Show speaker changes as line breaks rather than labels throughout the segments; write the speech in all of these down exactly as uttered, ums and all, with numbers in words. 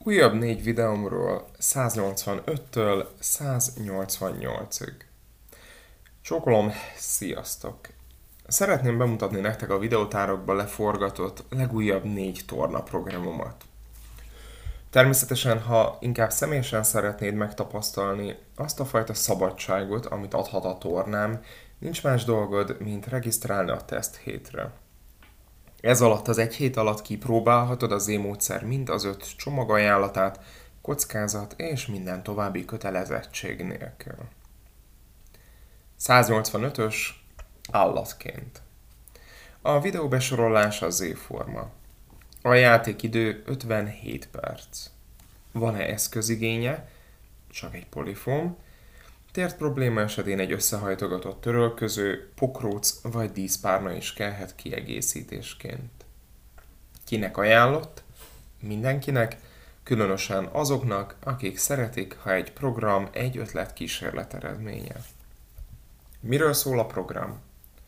Újabb négy videómról száznyolcvanöttől száznyolcvannyolcig. Csókolom, sziasztok! Szeretném bemutatni nektek a videótárokba leforgatott legújabb négy torna programomat. Természetesen, ha inkább személyesen szeretnéd megtapasztalni azt a fajta szabadságot, amit adhat a tornám, nincs más dolgod, mint regisztrálni a teszt hétre. Ez alatt az egy hét alatt kipróbálhatod az e-módszer mind az öt csomagajánlatát, kockázat és minden további kötelezettség nélkül. száznyolcvanötös állatként. A videó besorolása Z-forma. A játékidő ötvenhét perc. Van-e eszközigénye? Csak egy polifóm. Tért probléma esetén egy összehajtogatott törölköző, pokróc vagy díszpárna is kellhet kiegészítésként. Kinek ajánlott? Mindenkinek, különösen azoknak, akik szeretik, ha egy program egy ötlet kísérlet eredménye. Miről szól a program?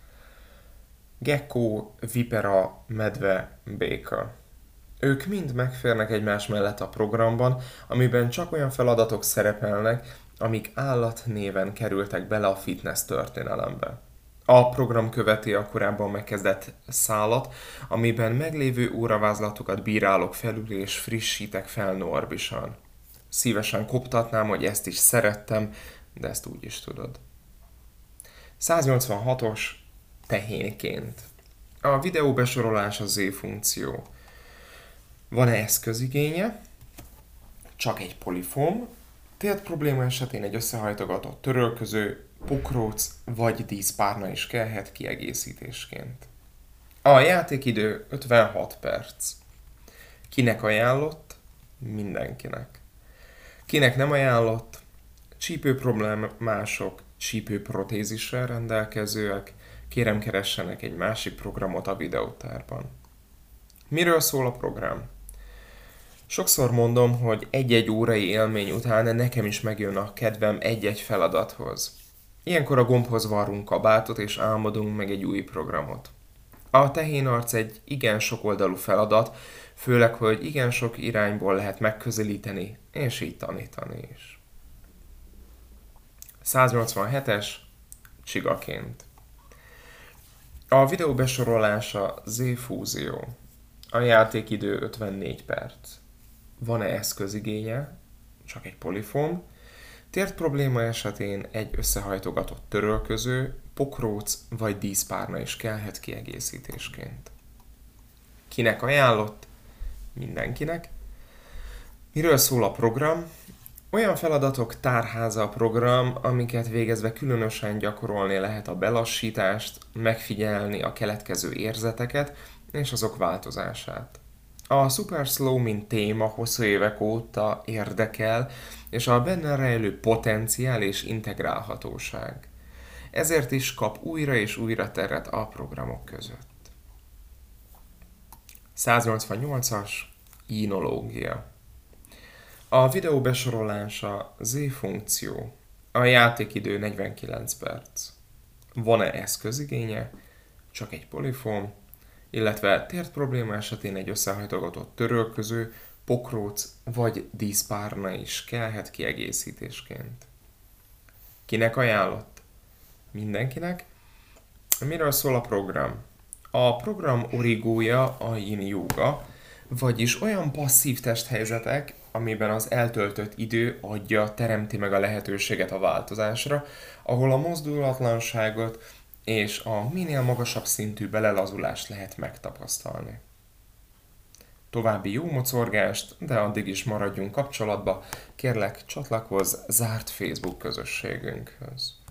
Gecko, vipera, medve, béka. Ők mind megférnek egymás mellett a programban, amiben csak olyan feladatok szerepelnek, amik állatnéven kerültek bele a fitness történelembe. A program követi a korábban megkezdett szálat, amiben meglévő óravázlatokat bírálok felül és frissítek fel norbisan. Szívesen koptatnám, hogy ezt is szerettem, de ezt úgy is tudod. száznyolcvanhatos tehénként. A videó besorolás a Z-funkció. Van-e eszközigénye? Csak egy polifóm. Tért probléma esetén egy összehajtogatott törölköző, pokróc vagy díszpárna is kellhet kiegészítésként. A játékidő ötvenhat perc. Kinek ajánlott? Mindenkinek. Kinek nem ajánlott? Csípőproblémások, csípőprotézissel rendelkezőek, kérem keressenek egy másik programot a videótárban. Miről szól a program? Sokszor mondom, hogy egy-egy órai élmény után nekem is megjön a kedvem egy-egy feladathoz. Ilyenkor a gombhoz varrunk kabátot és álmodunk meg egy új programot. A tehénarc egy igen sokoldalú feladat, főleg, hogy igen sok irányból lehet megközelíteni, és így tanítani is. száznyolcvanhetes csigaként. A videó besorolása Z-fúzió. A játékidő ötvennégy perc. Van-e eszközigénye? Csak egy polifóm. Tért probléma esetén egy összehajtogatott törölköző, pokróc vagy díszpárna is kellhet kiegészítésként. Kinek ajánlott? Mindenkinek. Miről szól a program? Olyan feladatok tárháza a program, amiket végezve különösen gyakorolni lehet a belassítást, megfigyelni a keletkező érzeteket és azok változását. A Super Slow, mint téma hosszú évek óta érdekel, és a benne rejlő potenciál és integrálhatóság. Ezért is kap újra és újra teret a programok között. száznyolcvannyolcas inológia. A videó besorolása Z-funkció. A játékidő negyvenkilenc perc. Van-e eszközigénye? Csak egy polifóm, illetve tért probléma esetén egy összehajtogatott törölköző, pokróc vagy díszpárna is kellhet kiegészítésként. Kinek ajánlott? Mindenkinek. Miről szól a program? A program origója a yin yoga, vagyis olyan passzív testhelyzetek, amiben az eltöltött idő adja, teremti meg a lehetőséget a változásra, ahol a mozdulatlanságot és a minél magasabb szintű belelazulást lehet megtapasztalni. További jó mocorgást, de addig is maradjunk kapcsolatba, kérlek csatlakozz zárt Facebook közösségünkhöz.